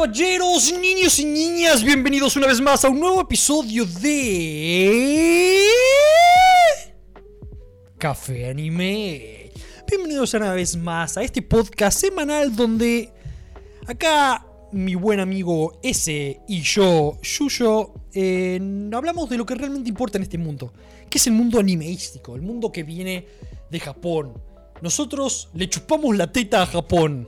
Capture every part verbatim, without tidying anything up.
caballeros, niños y niñas, bienvenidos una vez más a un nuevo episodio de Café Anime. Bienvenidos una vez más a este podcast semanal donde acá mi buen amigo S y yo, Yuyo, eh, hablamos de lo que realmente importa en este mundo, que es el mundo animeístico, el mundo que viene de Japón. Nosotros le chupamos la teta a Japón.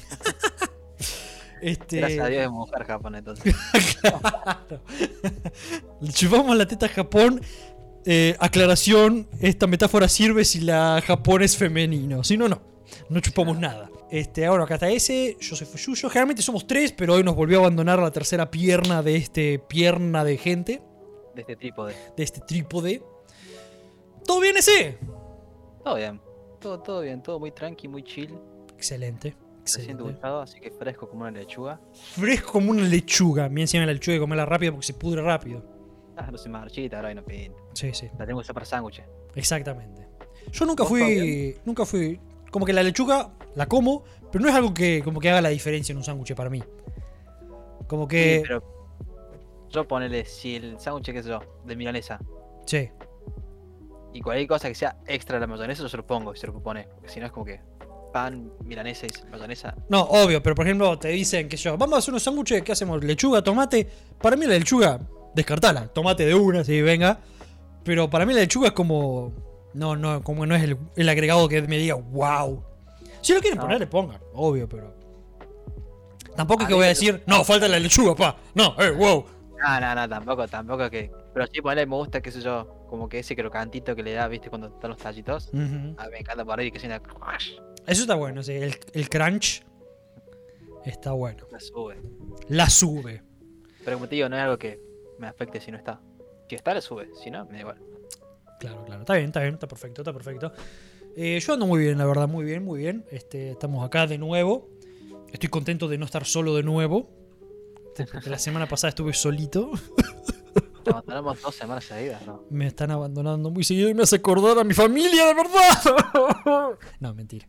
Este... Gracias a Dios es mujer Japón, entonces. Claro. Le chupamos la teta a Japón. Eh, aclaración, esta metáfora sirve si la Japón es femenino. Si no, no. No chupamos nada. Este, ahora acá está ese, yo soy Yuyo. Generalmente somos tres, pero hoy nos volvió a abandonar la tercera pierna de este pierna de gente. De este trípode. De este trípode. ¿Todo bien ese? Todo bien. Todo, todo bien, todo muy tranqui, muy chill. Excelente. Recién dulzado, así que fresco como una lechuga. Fresco como una lechuga. Me encima la lechuga y comerla rápido porque se pudre rápido. Ah, no se marchita, ahora y no pinta. Sí, sí. La tengo que usar para sándwiches. Exactamente. Yo nunca fui. Nunca fui. Como que la lechuga la como, pero no es algo que como que haga la diferencia en un sándwich para mí. Como que. Sí, pero yo ponele, si el sándwich, qué sé yo, de milanesa. Sí. Y cualquier cosa que sea extra de la mayonesa, yo se lo pongo y se lo propone. Porque si no es como que pan, milanesa y mayonesa. No, obvio, pero por ejemplo te dicen que yo, vamos a hacer unos sándwiches, ¿qué hacemos? Lechuga, tomate. Para mí la lechuga, descartala. Tomate de una, sí, venga. Pero para mí la lechuga es como. No, no, como no es el, el agregado que me diga, wow. Si lo quieren No. poner, le pongan, obvio, pero. Tampoco es A que mí voy a me- decir, no, falta la lechuga, pa. No, eh, wow. No, no, no, tampoco, tampoco que. Pero sí, ponele, me gusta, qué sé yo, como que ese crocantito que le da, viste, cuando están los tallitos. Ujú. A mí me encanta por ahí que suena. Eso está bueno, sí. El, el crunch está bueno. La sube. La sube. Pero como te digo, no es algo que me afecte si no está. Si está, le sube. Si no, me da igual. Claro, claro. Está bien, está bien, está perfecto, está perfecto. Eh, yo ando muy bien, la verdad, muy bien, muy bien. Este, estamos acá de nuevo. Estoy contento de no estar solo de nuevo. Porque la semana pasada estuve solito. Te abandonamos dos semanas seguidas, ¿no? Me están abandonando muy seguido y me hace acordar a mi familia, de verdad. No, mentira.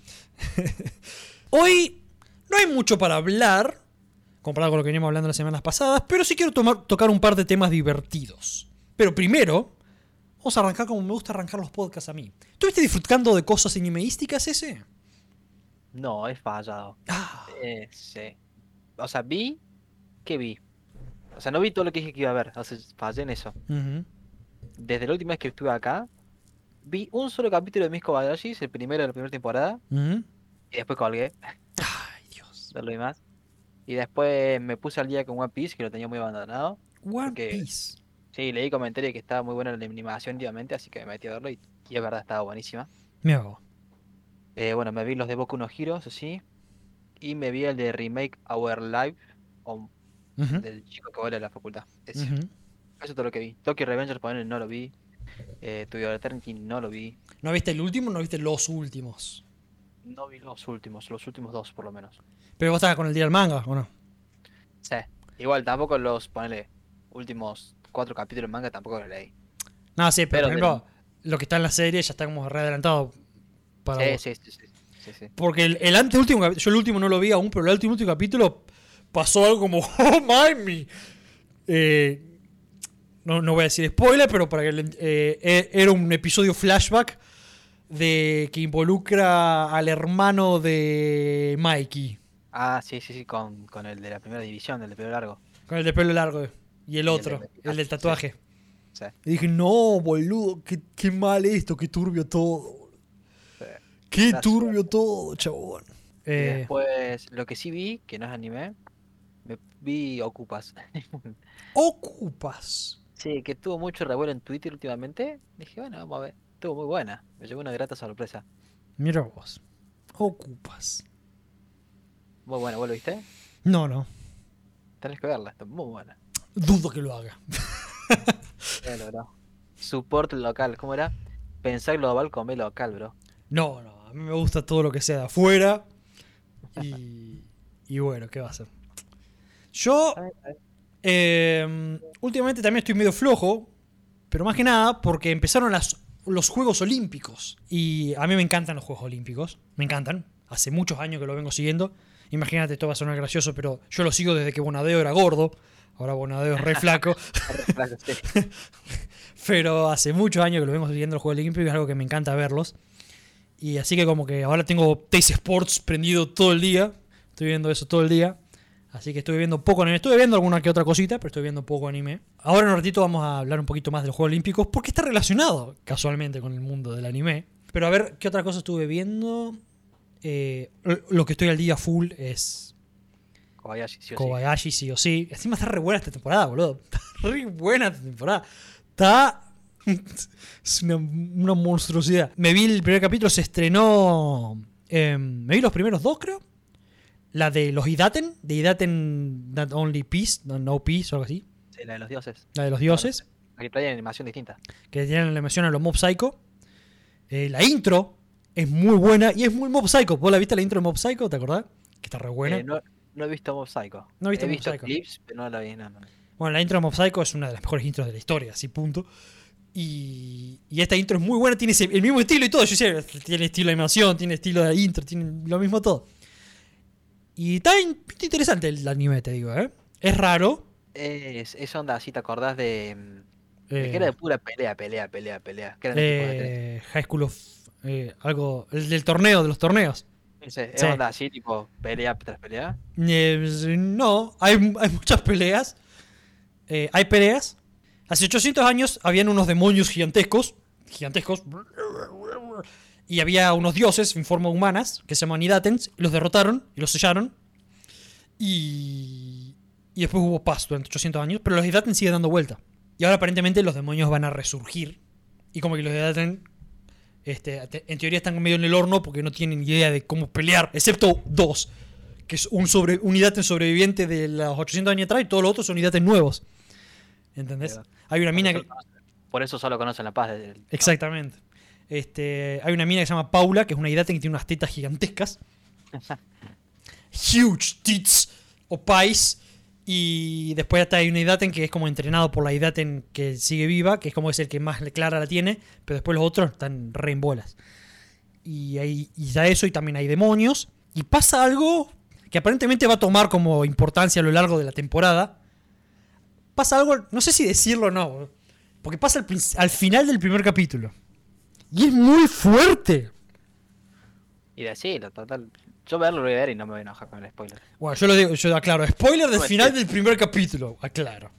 Hoy no hay mucho para hablar, comparado con lo que veníamos hablando las semanas pasadas, pero sí quiero tomar, tocar un par de temas divertidos. Pero primero, vamos a arrancar como me gusta arrancar los podcasts a mí. ¿Estuviste disfrutando de cosas animeísticas ese? No, he fallado. Ah, Eh, sí. O sea, vi. ¿Qué vi? O sea, no vi todo lo que dije que iba a ver. O sea, fallé en eso. ujú. Desde la última vez que estuve acá, vi un solo capítulo de Mis Kobayashis, el primero de la primera temporada. Ujú. Y después colgué. Ay, Dios. No lo vi más. Y después me puse al día con One Piece, que lo tenía muy abandonado. One Porque- Piece. Sí, leí comentarios que estaba muy buena la animación últimamente, así que me metí a verlo y, y es verdad, estaba buenísima. Mira vos. Eh, bueno, me vi los de Boku no Hero, eso sí. Y me vi el de Remake Our Life, o Ujú, del chico que vuela a la facultad. Ese. ujú. Eso es todo lo que vi. Tokyo Revengers, por ejemplo, no lo vi. Eh, To Your Eternity no lo vi. ¿No viste el último o no viste los últimos? No vi los últimos, los últimos dos por lo menos. Pero vos estabas con el día del manga, ¿o no? Sí. Igual, tampoco los, ponele, últimos cuatro capítulos de manga tampoco los leí. No, sí, pero, Pero por ejemplo, lo que está en la serie ya está como re adelantado para Sí, vos. sí, sí, sí, sí, sí. Porque el, el anteúltimo capítulo, yo el último no lo vi aún, pero el último capítulo pasó algo como, oh my me. Eh, no, no voy a decir spoiler, pero para que le- eh, e- era un episodio flashback de que involucra al hermano de Mikey, Ah, sí, sí, sí, con, con el de la primera división, el de pelo largo. con el de pelo largo, y el el otro, de- el del tatuaje. Sí. Y dije, no, boludo, qué, qué mal esto, qué turbio todo. Sí. Qué La turbio todo, chabón. Y Eh, después, lo que sí vi, que no es anime, me vi Ocupas. Ocupas. Sí, que tuvo mucho revuelo en Twitter últimamente. Dije, bueno, vamos a ver. Estuvo muy buena. Me llevó una grata sorpresa. Mira vos. Ocupas. Muy buena, ¿vos lo viste? No, no. Tenés que verla, está muy buena. Dudo que lo haga. Ya lo logró. Support local, ¿cómo era? Pensar global, comer local, bro. No, no. A mí me gusta todo lo que sea de afuera. Y, y bueno, ¿qué va a hacer? Yo, eh, últimamente también estoy medio flojo. Pero más que nada porque empezaron las, los Juegos Olímpicos. Y a mí me encantan los Juegos Olímpicos. Me encantan. Hace muchos años que lo vengo siguiendo. Imagínate, esto va a sonar gracioso, pero yo lo sigo desde que Bonadeo era gordo. Ahora Bonadeo es re flaco. Pero hace muchos años que lo vengo siguiendo el juego limpio y es algo que me encanta verlos. Y así que como que ahora tengo Taste Sports prendido todo el día. Estoy viendo eso todo el día. Así que estoy viendo poco anime. Estuve viendo alguna que otra cosita, pero estoy viendo poco anime. Ahora en un ratito vamos a hablar un poquito más de los Juegos Olímpicos, porque está relacionado casualmente con el mundo del anime. Pero a ver, ¿qué otra cosa estuve viendo? Eh, lo que estoy al día full es Kobayashi, sí o Kobayashi, sí o sí. Encima está re buena esta temporada, boludo. Está re buena esta temporada. Está... es una, una monstruosidad. Me vi el primer capítulo, se estrenó... Eh, me vi los primeros dos, creo. La de los Hidaten, de Hidaten Not Only Peace, no, no Peace o algo así. Sí, la de los dioses. La de los dioses. Aquí trae animación distinta. Que tienen la animación a los Mob Psycho. Eh, la intro es muy buena y es muy Mob Psycho. ¿Vos la viste la intro de Mob Psycho? ¿Te acordás? Que está re buena. Eh, no, no he visto Mob Psycho. No he visto he Mob visto Psycho. clips, pero no la vi. No, no. Bueno, la intro de Mob Psycho es una de las mejores intros de la historia, así punto. Y, y esta intro es muy buena, tiene ese, el mismo estilo y todo. Yo sé, tiene estilo de animación, tiene estilo de intro, tiene lo mismo todo. Y está in- interesante el anime, te digo, ¿eh? Es raro. Es, es onda así, ¿te acordás de, de Eh, que era de pura pelea, pelea, pelea, pelea? Que eran tipos de tres. eh, High School of... eh, algo... El del torneo, de los torneos. Sí, es sí. onda así, tipo pelea tras pelea. Eh, no, hay, hay muchas peleas. Eh, hay peleas. Hace ochocientos años habían unos demonios gigantescos. Gigantescos. Y había unos dioses en forma humanas que se llaman Idatens. Y los derrotaron y los sellaron. Y, y después hubo paz durante ochocientos años. Pero los Idatens siguen dando vuelta. Y ahora aparentemente los demonios van a resurgir. Y como que los Idaten, este, en teoría están medio en el horno porque no tienen idea de cómo pelear. Excepto dos. Que es un, sobre, un Idaten sobreviviente de los ochocientos años atrás y todos los otros son Idaten nuevos. ¿Entendés? Pero, Hay una por, mina eso que... conocen, por eso solo conocen la paz. Del, Exactamente. Este, hay una mina que se llama Paula, que es una Idaten que tiene unas tetas gigantescas. Huge tits o pies. Y después hasta hay una Idaten que es como entrenado por la Idaten que sigue viva, que es como es el que más clara la tiene, pero después los otros están re en bolas. Y hay y ya eso, y también hay demonios. Y pasa algo que aparentemente va a tomar como importancia a lo largo de la temporada. Pasa algo, no sé si decirlo o no, porque pasa al, prin- al final del primer capítulo. Y es muy fuerte. Y decirlo, total. Yo verlo lo voy a ver y no me voy a enojar con el spoiler. Bueno, yo lo digo, yo aclaro. Spoiler del No, es final que- del primer capítulo. Aclaro.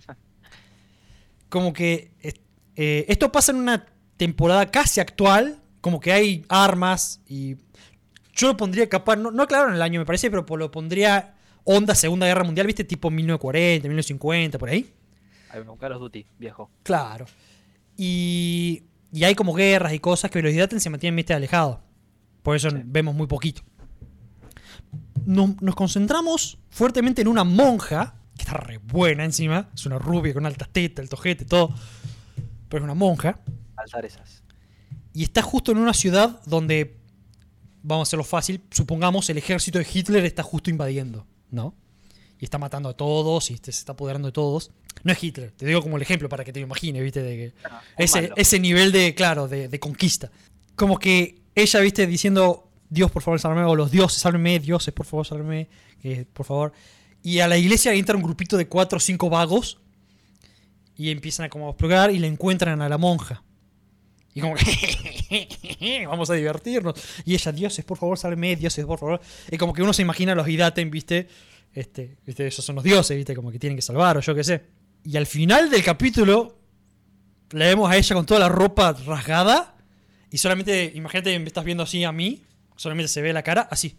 Como que eh, esto pasa en una temporada casi actual. Como que hay armas y... Yo lo pondría capaz... No, no aclararon el año me parece, pero lo pondría onda Segunda Guerra Mundial, ¿viste? Tipo mil novecientos cuarenta, mil novecientos cincuenta, por ahí. Ahí me Call of Duty, viejo. Claro. Y, y hay como guerras y cosas que los Idaten se mantienen, viste, alejados. Por eso Sí. vemos muy poquito. Nos, nos concentramos fuertemente en una monja, que está re buena encima. Es una rubia con altas tetas, el tojete, todo. Pero es una monja. Alzar esas. Y está justo en una ciudad donde, vamos a hacerlo fácil, supongamos el ejército de Hitler está justo invadiendo, ¿no? Y está matando a todos y se está apoderando de todos. No es Hitler, te digo como el ejemplo para que te lo imagines, ¿viste? De que Ah, un ese, malo. ese nivel de, claro, de, de conquista. Como que ella, ¿viste? Diciendo, Dios, por favor, sálvame, o los dioses, sálvame, dioses, por favor, sálvame, eh, por favor. Y a la iglesia entra un grupito de cuatro o cinco vagos y empiezan a como a explorar y le encuentran a la monja. Y como que vamos a divertirnos. Y ella, dioses, por favor, sálvame, dioses, por favor. Y como que uno se imagina a los Idaten, ¿viste? Este, ¿viste? Esos son los dioses, ¿viste? Como que tienen que salvar o yo qué sé. Y al final del capítulo le vemos a ella con toda la ropa rasgada y solamente, imagínate, me estás viendo así a mí, solamente se ve la cara así.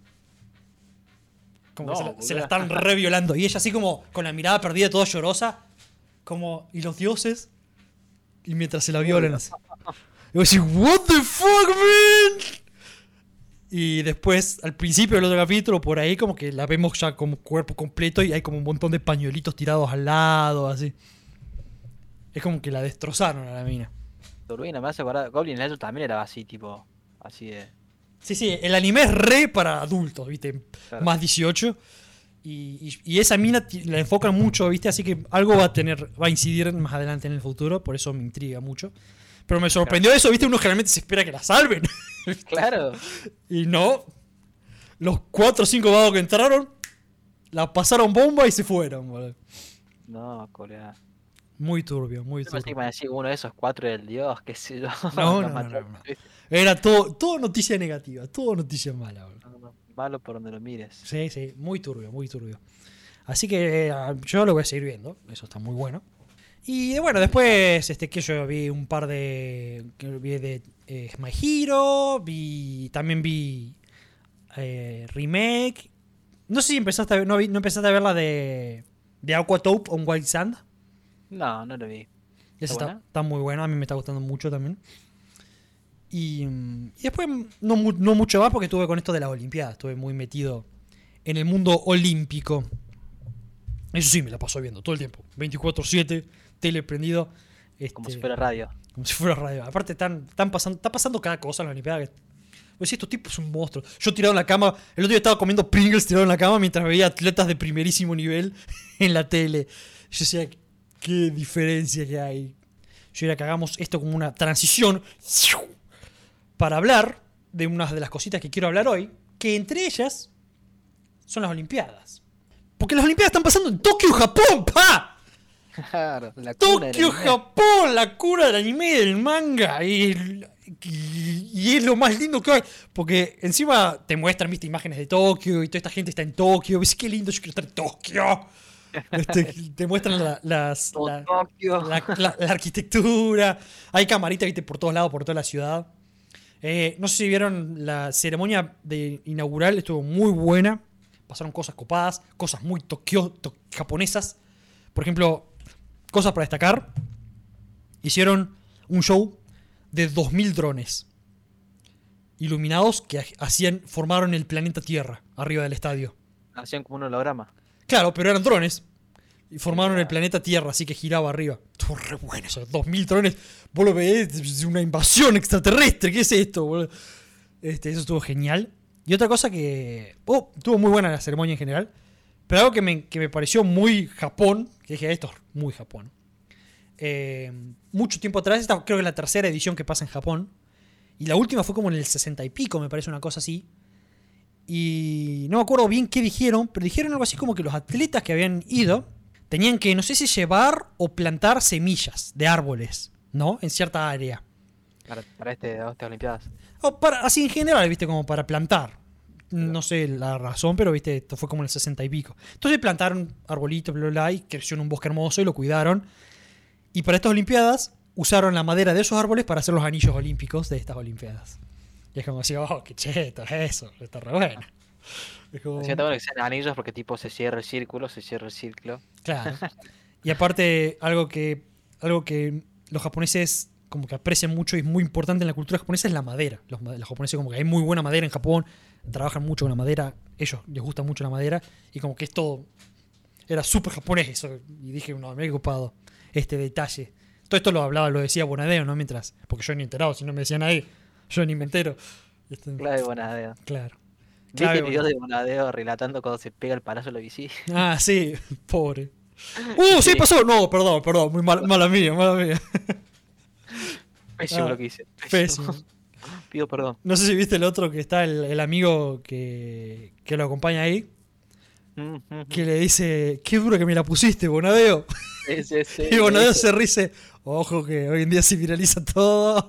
Como No, que se la, boludo. se la están re violando. Y ella así como con la mirada perdida, toda llorosa. Como, ¿y los dioses? Y mientras se la violan así. Y vos decís, what the fuck, man? Y después, al principio del otro capítulo, por ahí como que la vemos ya como cuerpo completo y hay como un montón de pañuelitos tirados al lado, así. Es como que la destrozaron a la mina. Turbina, me hace acordar. Goblin Slayer también era así, tipo. Así de. Sí, sí, el anime es re para adultos, ¿viste? Claro. Más dieciocho. Y, y, y esa mina ti- la enfocan mucho, ¿viste? Así que algo va a tener, va a incidir más adelante en el futuro, por eso me intriga mucho. Pero me sorprendió eso, ¿viste? Uno generalmente se espera que la salven. Claro. Y no. Los cuatro o cinco vagos que entraron, la pasaron bomba y se fueron, boludo. No, Corea. Muy turbio, muy Yo pensé que turbio. me decía uno de esos cuatro del dios, qué sé yo. No, Los no, mató, no, no, no. ¿viste? Era todo, todo noticia negativa, todo noticia mala, boludo. No, no, malo por donde lo mires. Sí, sí, muy turbio, muy turbio. Así que eh, yo lo voy a seguir viendo, eso está muy bueno. Y bueno, después, este, que yo vi un par de. Que vi de eh, My Hero, vi. También vi. Eh, remake. No sé si empezaste a ver, no, vi- no empezaste a ver la de. De Aquatope on White Sand. No, no lo vi. Esa está, buena? está muy buena, a mí me está gustando mucho también. Y, mm, y después no, mu- no mucho más porque estuve con esto de las Olimpiadas. Estuve muy metido en el mundo olímpico. Eso sí, me la paso viendo todo el tiempo. veinticuatro siete, tele prendido. Como este, si fuera radio. Como si fuera radio. Aparte, están, están pasando, está pasando cada cosa en la Olimpiada. Que, pues sí, estos tipos son monstruos. Yo tirado en la cama, el otro día estaba comiendo Pringles tirado en la cama mientras veía atletas de primerísimo nivel en la tele. Yo decía, qué diferencia que hay. Yo diría que hagamos esto como una transición para hablar de unas de las cositas que quiero hablar hoy, que entre ellas son las Olimpiadas. Porque las Olimpiadas están pasando en Tokio, Japón, ¡pa! Claro, la cuna del Tokio, anime. Japón, la cuna del anime y del manga. Y, y- y es lo más lindo que hay. Porque encima te muestran, viste, imágenes de Tokio y toda esta gente está en Tokio. ¿Ves qué lindo? Yo quiero estar en Tokio. Este, te muestran la, las, Todo la, Tokio. la- la- la arquitectura. Hay camaritas, viste, por todos lados, por toda la ciudad. Eh, no sé si vieron la ceremonia de inaugural, estuvo muy buena. Pasaron cosas copadas, cosas muy tokio, to- japonesas. Por ejemplo, cosas para destacar. Hicieron un show de dos mil drones iluminados que ha- hacían, formaron el planeta Tierra arriba del estadio. Hacían como un holograma. Claro, pero eran drones. Y formaron el planeta Tierra, así que giraba arriba. Estuvo re bueno eso. dos mil drones. Vos lo ves, es una invasión extraterrestre. ¿Qué es esto, boludo? Este, eso estuvo genial. Y otra cosa que... Oh, estuvo muy buena la ceremonia en general. Pero algo que me, que me pareció muy Japón. Que dije, esto es muy Japón. Eh, mucho tiempo atrás, esta creo que es la tercera edición que pasa en Japón. Y la última fue como en el sesenta y pico, me parece, una cosa así. Y no me acuerdo bien qué dijeron, pero dijeron algo así como que los atletas que habían ido tenían que, no sé si llevar o plantar semillas de árboles, ¿no? En cierta área. Para, para este, estas Olimpiadas. O para, así en general, ¿viste? Como para plantar. No sé la razón, pero, ¿viste? Esto fue como en el sesenta y pico. Entonces plantaron arbolitos, bla, bla, bla, y creció en un bosque hermoso y lo cuidaron. Y para estas Olimpiadas usaron la madera de esos árboles para hacer los anillos olímpicos de estas Olimpiadas. Y es como así, oh, qué cheto es eso, está re bueno. Es como... Así que está bueno que sean anillos porque tipo se cierra el círculo, se cierra el círculo. Claro. Y aparte, algo que, algo que los japoneses como que aprecian mucho y es muy importante en la cultura japonesa es la madera. Los, ma- los japoneses como que hay muy buena madera en Japón, trabajan mucho con la madera, ellos les gusta mucho la madera y como que es todo, era súper japonés eso. Y dije, no, me he ocupado este detalle. Todo esto lo hablaba, lo decía Bonadeo, ¿no? Mientras, porque yo ni enterado, si no me decía nadie, yo ni me entero. Este, Clave de Bonadeo. claro. ¿Viste Clave el video Bonadeo. de Bonadeo relatando cuando se pega el palazo de la bici? Ah, sí, pobre. ¡Uh, sí Sí. pasó! No, perdón, perdón, muy mal, mala mía, mala mía. Pésimo Ah, lo que hice. Pésimo. Pido perdón. No sé si viste el otro que está, el, el amigo que, que lo acompaña ahí, Mm, mm, que le dice, qué duro que me la pusiste, Bonadeo. sí, sí, sí, Y Bonadeo eso. se ríe, ojo que hoy en día se viraliza todo.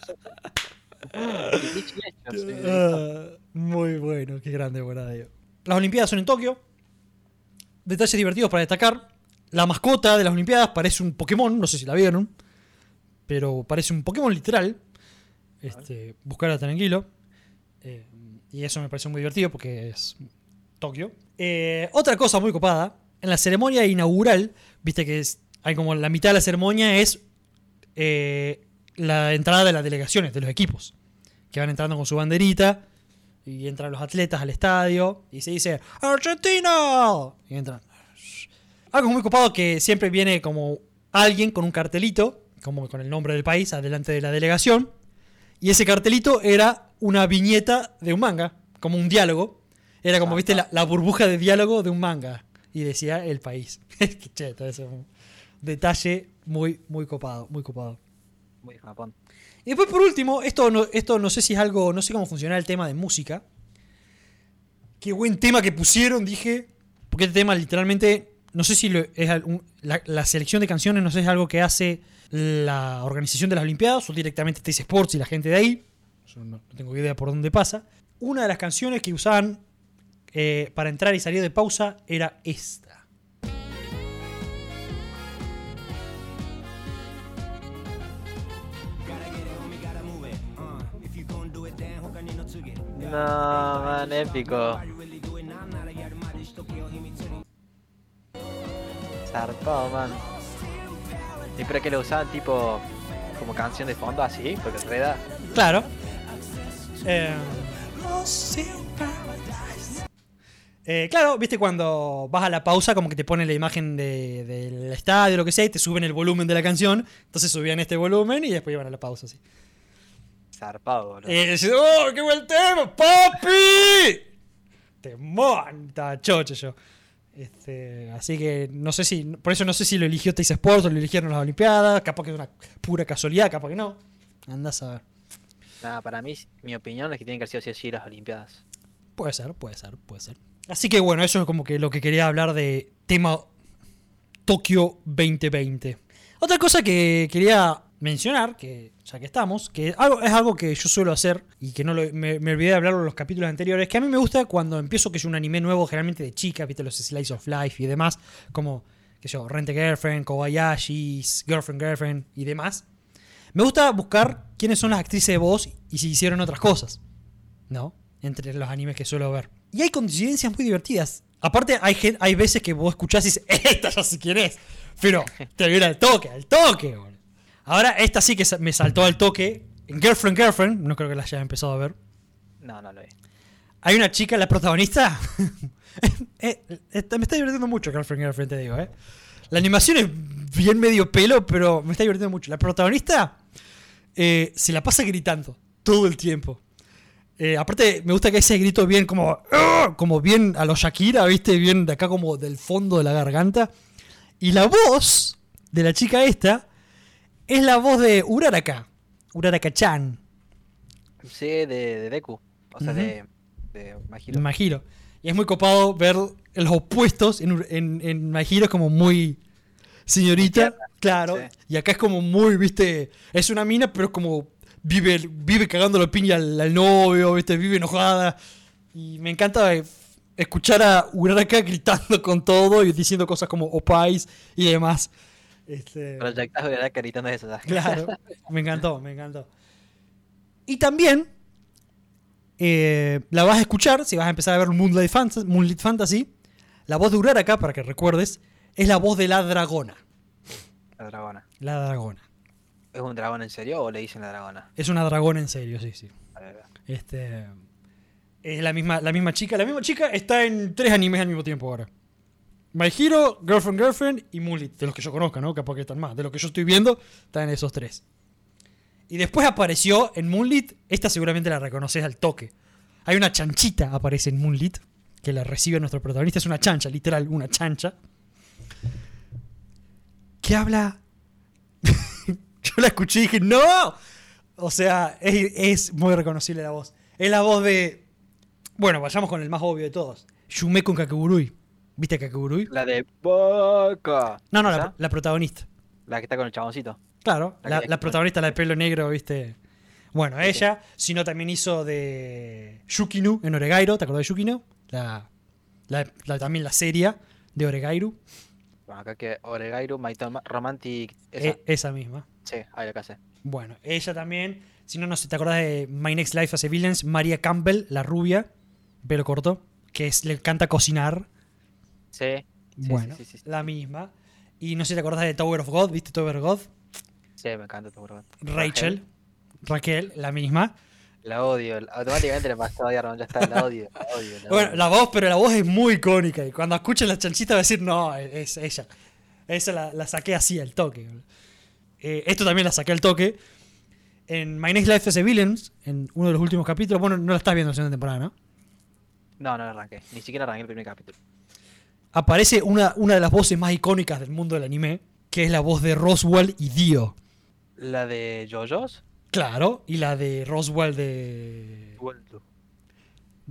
Y dicho y hecho, sí. Ah, muy bueno, qué grande Bonadeo. Las Olimpiadas son en Tokio. Detalles divertidos para destacar. La mascota de las Olimpiadas parece un Pokémon, no sé si la vieron, pero parece un Pokémon literal. Este, buscarla tranquilo. Eh, y eso me pareció muy divertido porque es Tokio. Eh, otra cosa muy copada, en la ceremonia inaugural, viste que es, hay como la mitad de la ceremonia es eh, la entrada de las delegaciones, de los equipos, que van entrando con su banderita y entran los atletas al estadio y se dice ¡Argentina! Y entran. Algo muy copado que siempre viene como alguien con un cartelito, como con el nombre del país, adelante de la delegación. Y ese cartelito era una viñeta de un manga, como un diálogo. Era como, Ah, viste, la, la burbuja de diálogo de un manga. Y decía el país. Qué cheto, eso es un detalle muy, muy copado, muy copado. Muy Japón. Y después, por último, esto no, esto no sé si es algo, no sé cómo funciona el tema de música. qué buen tema que pusieron, dije. Porque este tema literalmente, no sé si lo, es un, la, la selección de canciones, no sé si es algo que hace la organización de las Olimpiadas o directamente Teis Sports y la gente de ahí. Yo no, no tengo idea por dónde pasa. Una de las canciones que usaban eh, para entrar y salir de pausa era esta. No, man, épico. Zarpado, man. ¿Y pero que lo usaban tipo como canción de fondo así? Porque reda. Claro. Eh, eh, claro, viste cuando vas a la pausa como que te ponen la imagen de, del estadio o lo que sea y te suben el volumen de la canción. Entonces subían este volumen y después iban a la pausa así. Zarpado, boludo. Y decís, ¡oh, qué buen tema, papi! Te monta, chocho yo. Este, así que no sé si, por eso no sé si lo eligió Teis Sports o lo eligieron las Olimpiadas. Capaz que es una pura casualidad, capaz que no. Andás a ver. Nada, para mí, mi opinión es que tienen que haber sido así las Olimpiadas. Puede ser, puede ser, puede ser. Así que bueno, eso es como que lo que quería hablar de tema Tokio veinte veinte. Otra cosa que quería mencionar, que ya que estamos, que algo, es algo que yo suelo hacer y que no lo, me, me olvidé de hablarlo en los capítulos anteriores, que a mí me gusta cuando empiezo que es un anime nuevo, generalmente de chicas, viste los Slice of Life y demás, como, que yo, Rent a Girlfriend, Kobayashi's, Girlfriend, Girlfriend y demás. Me gusta buscar quiénes son las actrices de voz y si hicieron otras cosas, ¿no? Entre los animes que suelo ver. Y hay coincidencias muy divertidas. Aparte, hay, hay veces que vos escuchás y dices, esta ya sé quién es, pero te viene al toque, al toque, boludo. Ahora, esta sí que me saltó al toque. En Girlfriend, Girlfriend, no creo que la haya empezado a ver. No, no lo vi. Hay una chica, la protagonista. eh, eh, me está divirtiendo mucho Girlfriend, Girlfriend, te digo, ¿eh? La animación es bien medio pelo, pero me está divirtiendo mucho. La protagonista eh, se la pasa gritando todo el tiempo. Eh, aparte, me gusta que ese grito bien como... ¡uh! Como bien a los Shakira, ¿viste? Bien de acá como del fondo de la garganta. Y la voz de la chica esta... es la voz de Uraraka. Uraraka-chan. Sí, de, de Deku. O sea, uh-huh. de, de My Hero. My Hero. Y es muy copado ver los opuestos. En, en, en My Hero es como muy señorita. Muy claro. Sí. Y acá es como muy, viste. Es una mina, pero es como. Vive, vive cagando la piña al, al novio, viste. Vive enojada. Y me encanta escuchar a Uraraka gritando con todo y diciendo cosas como opais y demás. Este... Proyectado de Uraraka gritando eso. ¿sabes? Claro, me encantó, me encantó. Y también eh, la vas a escuchar, si vas a empezar a ver Moonlight Fantasy, Moonlight Fantasy, la voz de Uraraka, para que recuerdes, es la voz de la dragona. La dragona. La dragona. ¿Es un dragón en serio o le dicen la dragona? Es una dragona en serio, sí, sí. A ver, a ver. Este, es la misma, la misma chica. La misma chica está en tres animes al mismo tiempo ahora. My Hero, Girlfriend, Girlfriend y Moonlight. De los que yo conozca, ¿no? Capaz que están más. De los que yo estoy viendo, están en esos tres. Y después apareció en Moonlight. Esta seguramente la reconoces al toque. Hay una chanchita, aparece en Moonlight, que la recibe nuestro protagonista. Es una chancha, literal, una chancha. Que habla... Yo la escuché y dije, ¡no! O sea, es, es muy reconocible la voz. Es la voz de... Bueno, vayamos con el más obvio de todos. Shumeko Kakegurui. ¿Viste a Kakegurui? La de Boca. No, no, la, la protagonista. La que está con el chaboncito. Claro, la, la, la protagonista, la de pelo negro, ¿viste? Bueno, sí, ella, sí. Sino también hizo de Yukinu en Oregairu. ¿Te acordás de Yukinu? La, la, la, también la serie de Oregairu. Bueno, acá que Oregairu, My Romantic... Esa. E, esa misma. Sí, ahí acá sé. Bueno, ella también, si no, no sé, ¿te acordás de My Next Life as a Villains? Maria Campbell, la rubia, pelo corto, que es, le encanta cocinar. Sí. Bueno, sí, sí, sí, sí, la misma. Y no sé si te acordás de Tower of God, ¿viste Tower of God? Sí, me encanta Tower of God. Rachel, Raquel, Raquel la misma. La odio, automáticamente le pasó a odiar, ya está, la odio, la odio. La bueno, odio. la voz, pero la voz es muy icónica. Y cuando escuchen la chanchita va a decir, no, es ella. Esa la, la saqué así al toque. Eh, esto también la saqué al toque. En My Next Life as a Villains, en uno de los últimos capítulos, bueno, no la estás viendo en la segunda temporada, ¿no? No, no la arranqué. Ni siquiera arranqué el primer capítulo. Aparece una, una de las voces más icónicas del mundo del anime, que es la voz de Roswell y Dio. ¿La de JoJo's? Claro, y la de Roswell de... Vuelto.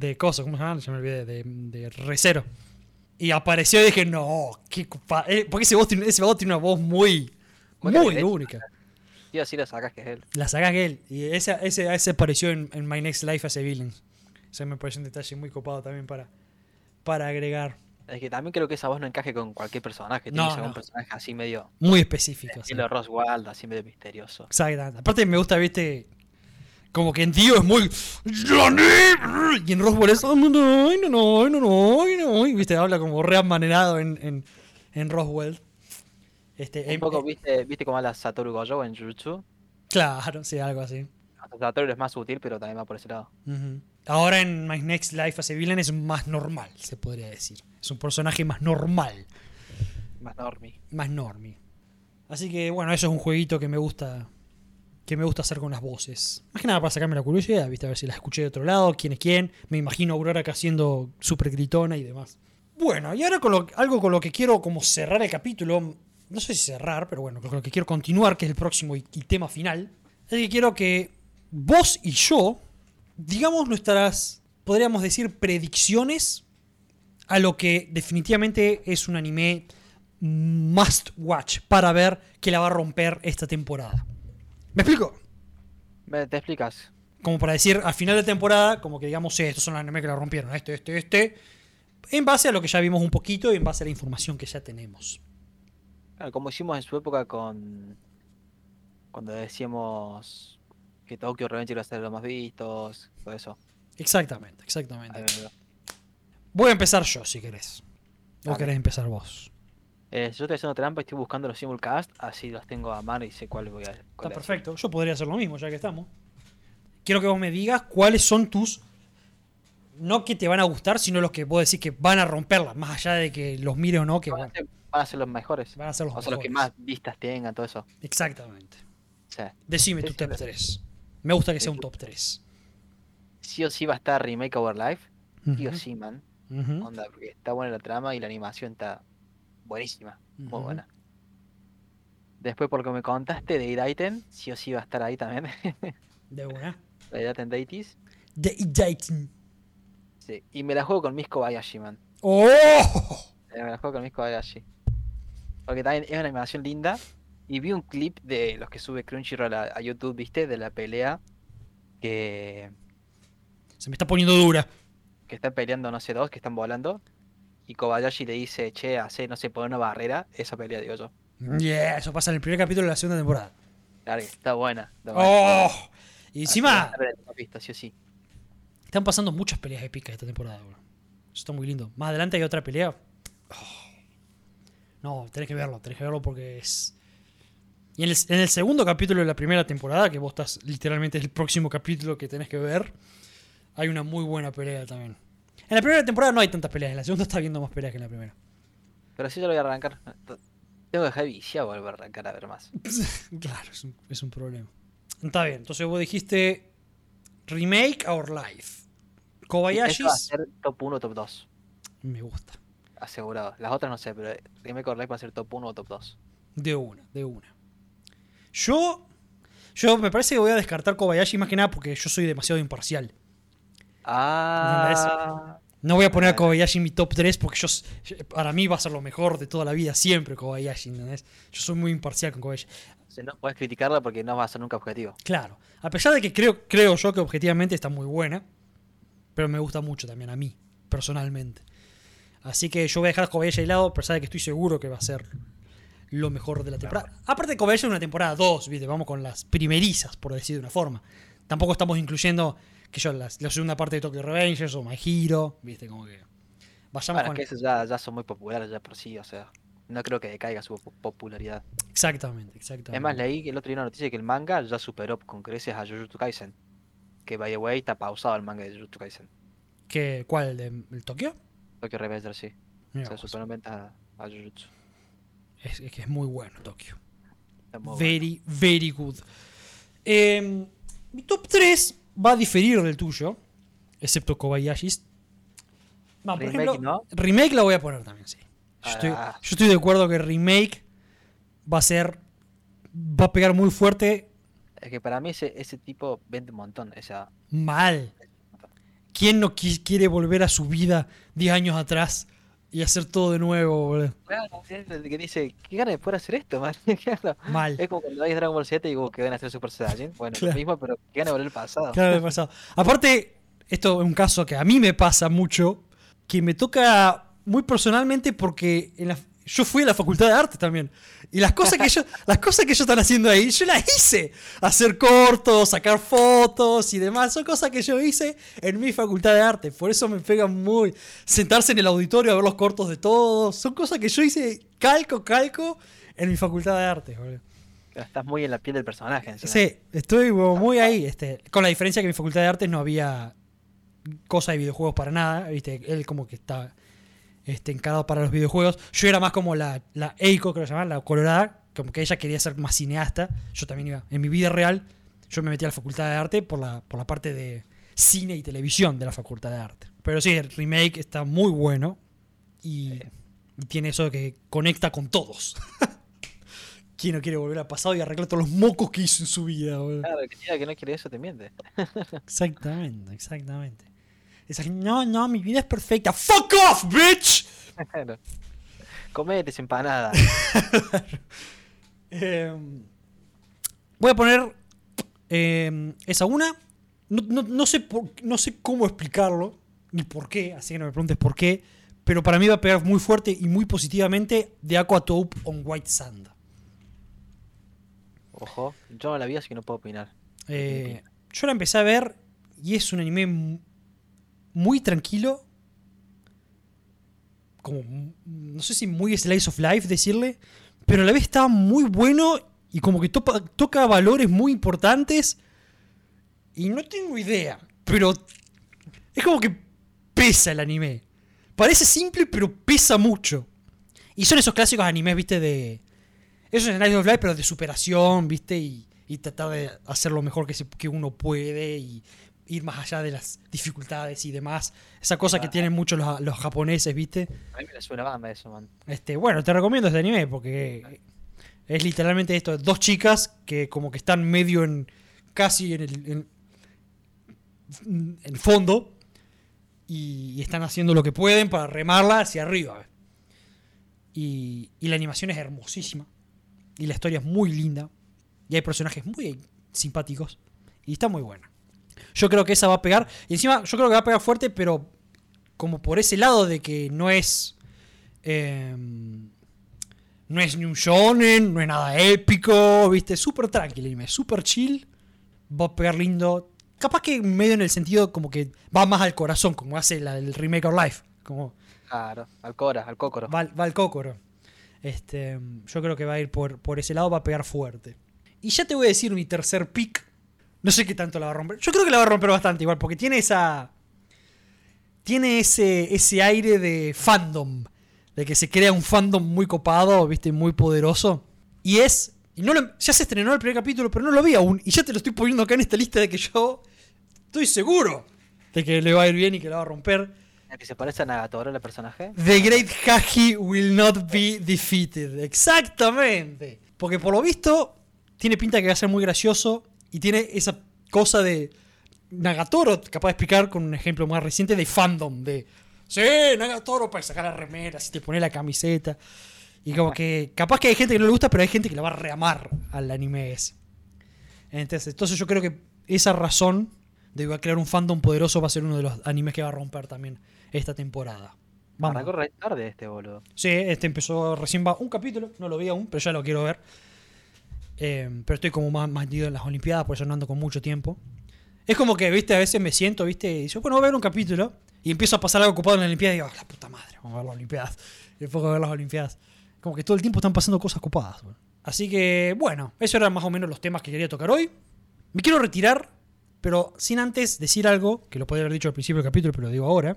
de coso, ¿cómo se llama? Ya me olvidé, de, de Recero. Y apareció y dije, no, qué culpa. Eh, porque ese, voz tiene, ese vago tiene una voz muy, Muy muy caribeño. única. Tío, así lo sacas que es él. La saga que él. Y ese, ese, ese apareció en, en My Next Life as a Villain. O sea, me pareció un detalle muy copado también para, para agregar. Es que también creo que esa voz no encaje con cualquier personaje. Tiene No, que ser no. un personaje así medio. Muy específico. Sí. Estilo Roswell, así medio misterioso. Exactamente. Aparte me gusta, viste, como que en Dio es muy... Johnny. Y en Roswell es... "Oh, no, no, no, no, no, no, no", y, viste, habla como re amanerado en, en, en Roswell. Este, Un em- poco, eh, ¿viste, viste cómo habla Satoru Gojo en Jujutsu? claro, sí, algo así. Hasta Satoru es más sutil, pero también va por ese lado. Ujú. Ahora en My Next Life as a Villain es más normal, se podría decir. Es un personaje más normal, Más normie. más normie. Así que bueno, eso es un jueguito que me gusta que me gusta hacer con las voces. Más que nada para sacarme la curiosidad, viste, a ver si las escuché de otro lado, quién es quién. Me imagino a Aurora acá siendo súper gritona y demás. Bueno, y ahora con lo- algo con lo que quiero como cerrar el capítulo, no sé si cerrar, pero bueno, con lo que quiero continuar, que es el próximo y, y tema final, es que quiero que vos y yo digamos nuestras, podríamos decir, predicciones a lo que definitivamente es un anime must watch para ver que la va a romper esta temporada. ¿Me explico? ¿Me, ¿Te explicas? Como para decir, al final de temporada, como que digamos, sí, estos son los animes que la rompieron, este, este, este, en base a lo que ya vimos un poquito y en base a la información que ya tenemos. Claro, como hicimos en su época con. Cuando decíamos que Tokyo Revengers iba a ser de los más vistos, todo eso. Exactamente, exactamente. Ahí va. Voy a empezar yo, si querés. ¿O Dale. querés empezar vos? Eh, yo estoy haciendo trampa y estoy buscando los simulcast, así los tengo a mano y sé cuál voy a. Está cuál decir. perfecto. Yo podría hacer lo mismo, ya que estamos. Quiero que vos me digas cuáles son tus... No que te van a gustar, sino los que vos decís que van a romperla. Más allá de que los mire o no, que Van a bueno, ser, van a ser los mejores. van a ser los O sea, los que mejores. más vistas tengan, todo eso. Exactamente. Sí. Decime Sí, tu sí, top lo- tres. Me gusta que Sí, sea un sí. top tres. Sí o sí va a estar Remake Our Life. Sí o Ujú, sí, man. ujú, Onda, porque está buena la trama y la animación está buenísima. Muy ujú. buena. Después, por lo que me contaste de Idaiten, sí o sí va a estar ahí también. De una. La Idaiten Deities. The Dating. Sí. Y me la juego con Miss Kobayashi, man. ¡Oh! Eh, Me la juego con Miss Kobayashi. Porque también es una animación linda. Y vi un clip de los que sube Crunchyroll a, a YouTube, ¿viste? De la pelea. Que, Se me está poniendo dura. que están peleando, no sé, dos, que están volando. Y Kobayashi le dice, che, hace, no sé, por una barrera. Esa pelea, digo yo. Yeah, eso pasa en el primer capítulo de la segunda temporada. Claro, que está buena. Está buena. ¡Oh! Y Así que va a encima, estar en la pista, sí o sí. están pasando muchas peleas épicas esta temporada, bro. Eso está muy lindo. Más adelante hay otra pelea. Oh. No, tenés que verlo, tenés que verlo porque es... Y en el, en el segundo capítulo de la primera temporada, que vos estás literalmente es el próximo capítulo que tenés que ver, hay una muy buena pelea también. En la primera temporada no hay tantas peleas, en la segunda está viendo más peleas que en la primera. Pero sí yo lo voy a arrancar. Tengo que dejar viciado volver a arrancar a ver más. Claro, es un, es un problema. Está bien, entonces vos dijiste Remake Our Life. Esta va a Kobayashi's. ser top uno o top dos. Me gusta. Asegurado. Las otras no sé, pero Remake Or Life va a ser top uno o top dos. De una, de una. Yo. Yo me parece que voy a descartar Kobayashi más que nada porque yo soy demasiado imparcial. Ah. No voy a poner a Bueno. Kobayashi en mi top tres porque yo, para mí va a ser lo mejor de toda la vida, siempre Kobayashi, ¿entendés? Yo soy muy imparcial con Kobayashi. O sea, no puedes criticarla porque no va a ser nunca objetivo. Claro, a pesar de que creo, creo yo que objetivamente está muy buena, pero me gusta mucho también a mí, personalmente. Así que yo voy a dejar a Kobayashi de lado, a pesar de que estoy seguro que va a ser lo mejor de la temporada. Aparte, Kobayashi es una temporada dos, ¿viste? Vamos con las primerizas, por decir de una forma. Tampoco estamos incluyendo, que yo, la, la segunda parte de Tokyo Revengers o My Hero, ¿viste? Como que vayamos Bueno, con... es que esos ya, ya son muy populares ya por sí, o sea. No creo que decaiga su po- popularidad. Exactamente, exactamente. Es más, leí el otro día una noticia que el manga ya superó con creces a Jujutsu Kaisen. Que by the way está pausado el manga de Jujutsu Kaisen. ¿Qué, ¿Cuál? ¿El de el Tokio? Tokyo Revengers sí. Mira Se vos. superó en ventas a, a Jujutsu. Es, es que es muy bueno Tokio. Está muy bueno. Very, very good. Eh, mi top tres va a diferir del tuyo, excepto Kobayashi's. No, por Remake, ejemplo, ¿no? Remake la voy a poner también, sí. Yo estoy, Ah. yo estoy de acuerdo que Remake va a ser. Va a pegar muy fuerte. Es que para mí ese, ese tipo vende un montón. O sea, Mal. ¿quién no qui- quiere volver a su vida diez años atrás y hacer todo de nuevo, boludo? Claro, es el que dice, qué ganas de poder hacer esto, man. Claro. Mal. Es como cuando veis Dragon Ball Z y digo que van a hacer Super Saiyan. Bueno, Claro. lo mismo, pero qué ganas de volver al pasado. Claro, me ha pasado. Aparte, esto es un caso que a mí me pasa mucho, que me toca muy personalmente porque en la- yo fui a la Facultad de Arte también. Y las cosas que yo, las cosas que ellos están haciendo ahí, yo las hice. Hacer cortos, sacar fotos y demás. Son cosas que yo hice en mi Facultad de Arte. Por eso me pega muy... Sentarse en el auditorio a ver los cortos de todos. Son cosas que yo hice calco, calco en mi Facultad de Arte, boludo. Estás muy en la piel del personaje encima. Sí, estoy como muy ahí. Este, con la diferencia que en mi Facultad de Artes no había cosa de videojuegos para nada. ¿Viste? Él como que está este, encarado para los videojuegos. Yo era más como la, la Eiko, creo que se llama, la colorada. Como que ella quería ser más cineasta. Yo también iba. En mi vida real, yo me metí a la Facultad de Arte por la, por la parte de cine y televisión de la Facultad de Arte. Pero sí, el remake está muy bueno. Y, y tiene eso que conecta con todos. ¿Quién no quiere volver al pasado y arreglar todos los mocos que hizo en su vida, boludo? Claro, que diga que no quiere eso te miente. Exactamente, exactamente. Esa, no, no, mi vida es perfecta. ¡Fuck off, bitch! Claro. Comete esa empanada. Eh, voy a poner eh, esa una. No, no, no, sé por- no sé cómo explicarlo, ni por qué, así que no me preguntes por qué. Pero para mí va a pegar muy fuerte y muy positivamente de Aquataupe on White Sand. Ojo, yo no la vi así que no puedo opinar. Eh, yo la empecé a ver y es un anime mu- muy tranquilo. Como, mu- no sé si muy slice of life decirle, pero a la vez está muy bueno y como que topa- toca valores muy importantes. Y no tengo idea, pero es como que pesa el anime. Parece simple, pero pesa mucho. Y son esos clásicos animes, viste, de... Eso es Slice of Life, pero de superación, ¿viste? Y, y tratar de hacer lo mejor que, se- que uno puede y ir más allá de las dificultades y demás. Esa cosa que tienen mucho los, los japoneses, ¿viste? A mí me la suena banda eso, man. Este, bueno, te recomiendo este anime porque es literalmente esto, dos chicas que como que están medio en... casi en el... en, en fondo y, y están haciendo lo que pueden para remarla hacia arriba. Y, y la animación es hermosísima. Y la historia es muy linda. Y hay personajes muy simpáticos. Y está muy buena. Yo creo que esa va a pegar. Y encima yo creo que va a pegar fuerte, pero como por ese lado de que no es... Eh, no es ni un shonen, no es nada épico, ¿viste? Súper tranquilo, anime, súper chill. Va a pegar lindo. Capaz que medio en el sentido como que va más al corazón, como hace la, el remake of Life. Como Claro, al Cora, al Cócoro. va, al- va al cócoro. Este, yo creo que va a ir por, por ese lado, va a pegar fuerte. Y ya te voy a decir mi tercer pick. No sé qué tanto la va a romper. Yo creo que la va a romper bastante igual, porque tiene esa... Tiene ese, ese aire de fandom. De que se crea un fandom muy copado, ¿viste? Muy poderoso. Y es... Y no lo- ya se estrenó el primer capítulo, pero no lo vi aún. Y ya te lo estoy poniendo acá en esta lista de que yo estoy seguro de que le va a ir bien y que la va a romper. ¿El que se parece a Nagatoro, el personaje? The Great Hagi will not be defeated. Exactamente. Porque por lo visto tiene pinta que va a ser muy gracioso y tiene esa cosa de Nagatoro, capaz de explicar con un ejemplo más reciente de fandom, de sí, Nagatoro para sacar la remera, si te pone la camiseta. Y como que capaz que hay gente que no le gusta, pero hay gente que la va a reamar al anime ese. Entonces, entonces yo creo que esa razón de que va a crear un fandom poderoso va a ser uno de los animes que va a romper también esta temporada. Vamos. Arrancó re tarde este boludo. Sí, este empezó recién va un capítulo, no lo vi aún, pero ya lo quiero ver. Eh, pero estoy como más, más metido en las Olimpiadas, por eso no ando con mucho tiempo. Es como que, viste, a veces me siento, viste, y digo, bueno, voy a ver un capítulo. Y empiezo a pasar algo ocupado en la Olimpiada y digo, "Ah, la puta madre, vamos a ver las Olimpiadas. Y después a ver las Olimpiadas. Como que todo el tiempo están pasando cosas ocupadas. Bueno. Así que, bueno, esos eran más o menos los temas que quería tocar hoy. Me quiero retirar, pero sin antes decir algo, que lo podría haber dicho al principio del capítulo, pero lo digo ahora.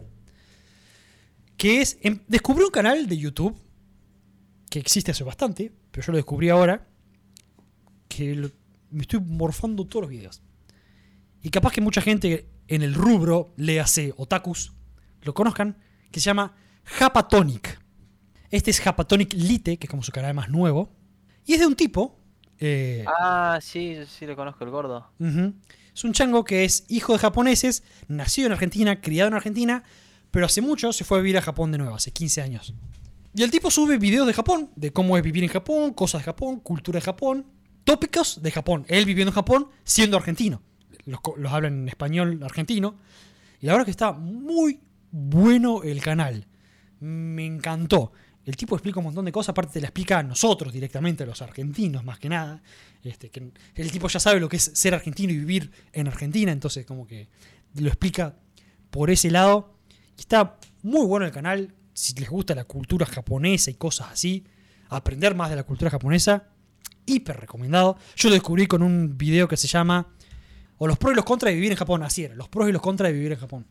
Que es, em, descubrí un canal de YouTube que existe hace bastante, pero yo lo descubrí ahora, que lo- me estoy morfando todos los videos. Y capaz que mucha gente en el rubro, léase otakus, lo conozcan, que se llama Japatonic. Este es Japatonic Lite, que es como su canal más nuevo. Y es de un tipo Eh, Ah, sí, sí lo conozco, el gordo. uh-huh. Es un chango que es hijo de japoneses, nacido en Argentina, criado en Argentina, pero hace mucho se fue a vivir a Japón de nuevo, hace quince años. Y el tipo sube videos de Japón, de cómo es vivir en Japón, cosas de Japón, cultura de Japón, tópicos de Japón. Él viviendo en Japón siendo argentino. Los, los hablan en español argentino. Y la verdad que está muy bueno el canal. Me encantó. El tipo explica un montón de cosas, aparte te la explica a nosotros directamente, a los argentinos más que nada. Este, que el tipo ya sabe lo que es ser argentino y vivir en Argentina, entonces como que lo explica por ese lado. Y está muy bueno el canal, si les gusta la cultura japonesa y cosas así, aprender más de la cultura japonesa, hiper recomendado. Yo lo descubrí con un video que se llama o los pros y los contras de vivir en Japón, así era, los pros y los contras de vivir en Japón.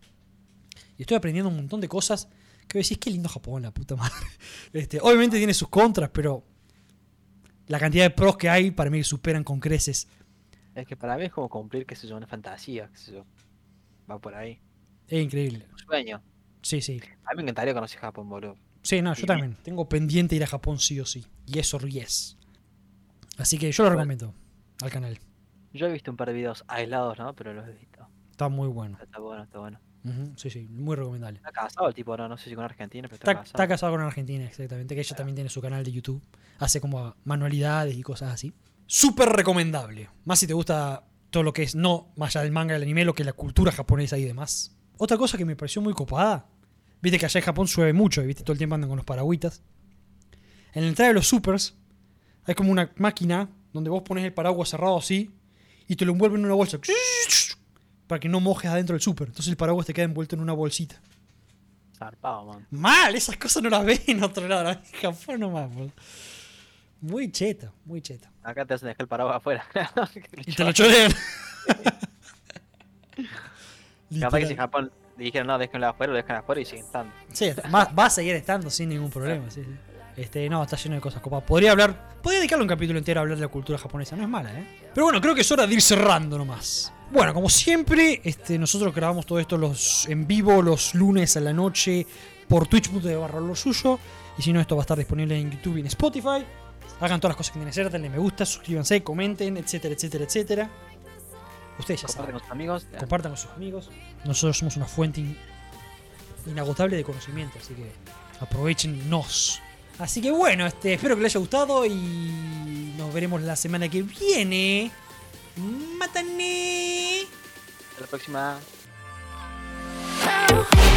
Y estoy aprendiendo un montón de cosas que decís, qué lindo Japón, la puta madre. Este, obviamente tiene sus contras, pero la cantidad de pros que hay para mí superan con creces. Es que para mí es como cumplir, qué sé yo, una fantasía, qué sé yo. Va por ahí. Es increíble. Un sueño. Sí, sí. A mí me encantaría conocer Japón, boludo. Sí, no, yo Y- también. Tengo pendiente ir a Japón sí o sí. Y eso yes. Así que yo lo recomiendo al canal. Yo he visto un par de videos aislados, ¿no? Pero los he visto. Está muy bueno. Está bueno, está bueno. Ujú, sí, sí, muy recomendable. Está casado el tipo, no, no sé si con Argentina, pero está, Está, casado. está casado con una argentina, exactamente. Que ella también tiene su canal de YouTube. Hace como manualidades y cosas así. Súper recomendable. Más si te gusta todo lo que es, no más allá del manga, del anime, lo que es la cultura japonesa y demás. Otra cosa que me pareció muy copada. Viste que allá en Japón llueve mucho y viste todo el tiempo andan con los paragüitas. En la entrada de los supers hay como una máquina donde vos pones el paraguas cerrado así y te lo envuelve en una bolsa para que no mojes adentro del super. Entonces el paraguas te queda envuelto en una bolsita. Zarpado, man. Mal, esas cosas no las ves en otro lado. En Japón nomás, boludo. Muy cheta, muy cheta. Acá te hacen dejar el paraguas afuera. Y te lo chorean. Capaz que si en Literal. Japón le dijeron no, déjenlo afuera, lo dejan afuera y siguen estando. Sí, va, va a seguir estando sin ningún problema. Sí, sí. Este, no, está lleno de cosas copadas. Podría hablar, podría dedicarle un capítulo entero a hablar de la cultura japonesa, no es mala, ¿eh? Pero bueno, creo que es hora de ir cerrando nomás. Bueno, como siempre, este, nosotros grabamos todo esto los, en vivo los lunes a la noche por twitch punto tv barra lo suyo. Y si no, esto va a estar disponible en YouTube y en Spotify. Hagan todas las cosas que tienen que hacer, denle me gusta, suscríbanse, comenten, etcétera, etcétera, etcétera. Ustedes ya Comparten saben. con sus amigos. ya. Compartan con sus amigos. Nosotros somos una fuente in- inagotable de conocimiento, así que aprovechenos. Así que bueno, este, espero que les haya gustado y nos veremos la semana que viene. ¡Mátane! Hasta la próxima. Oh.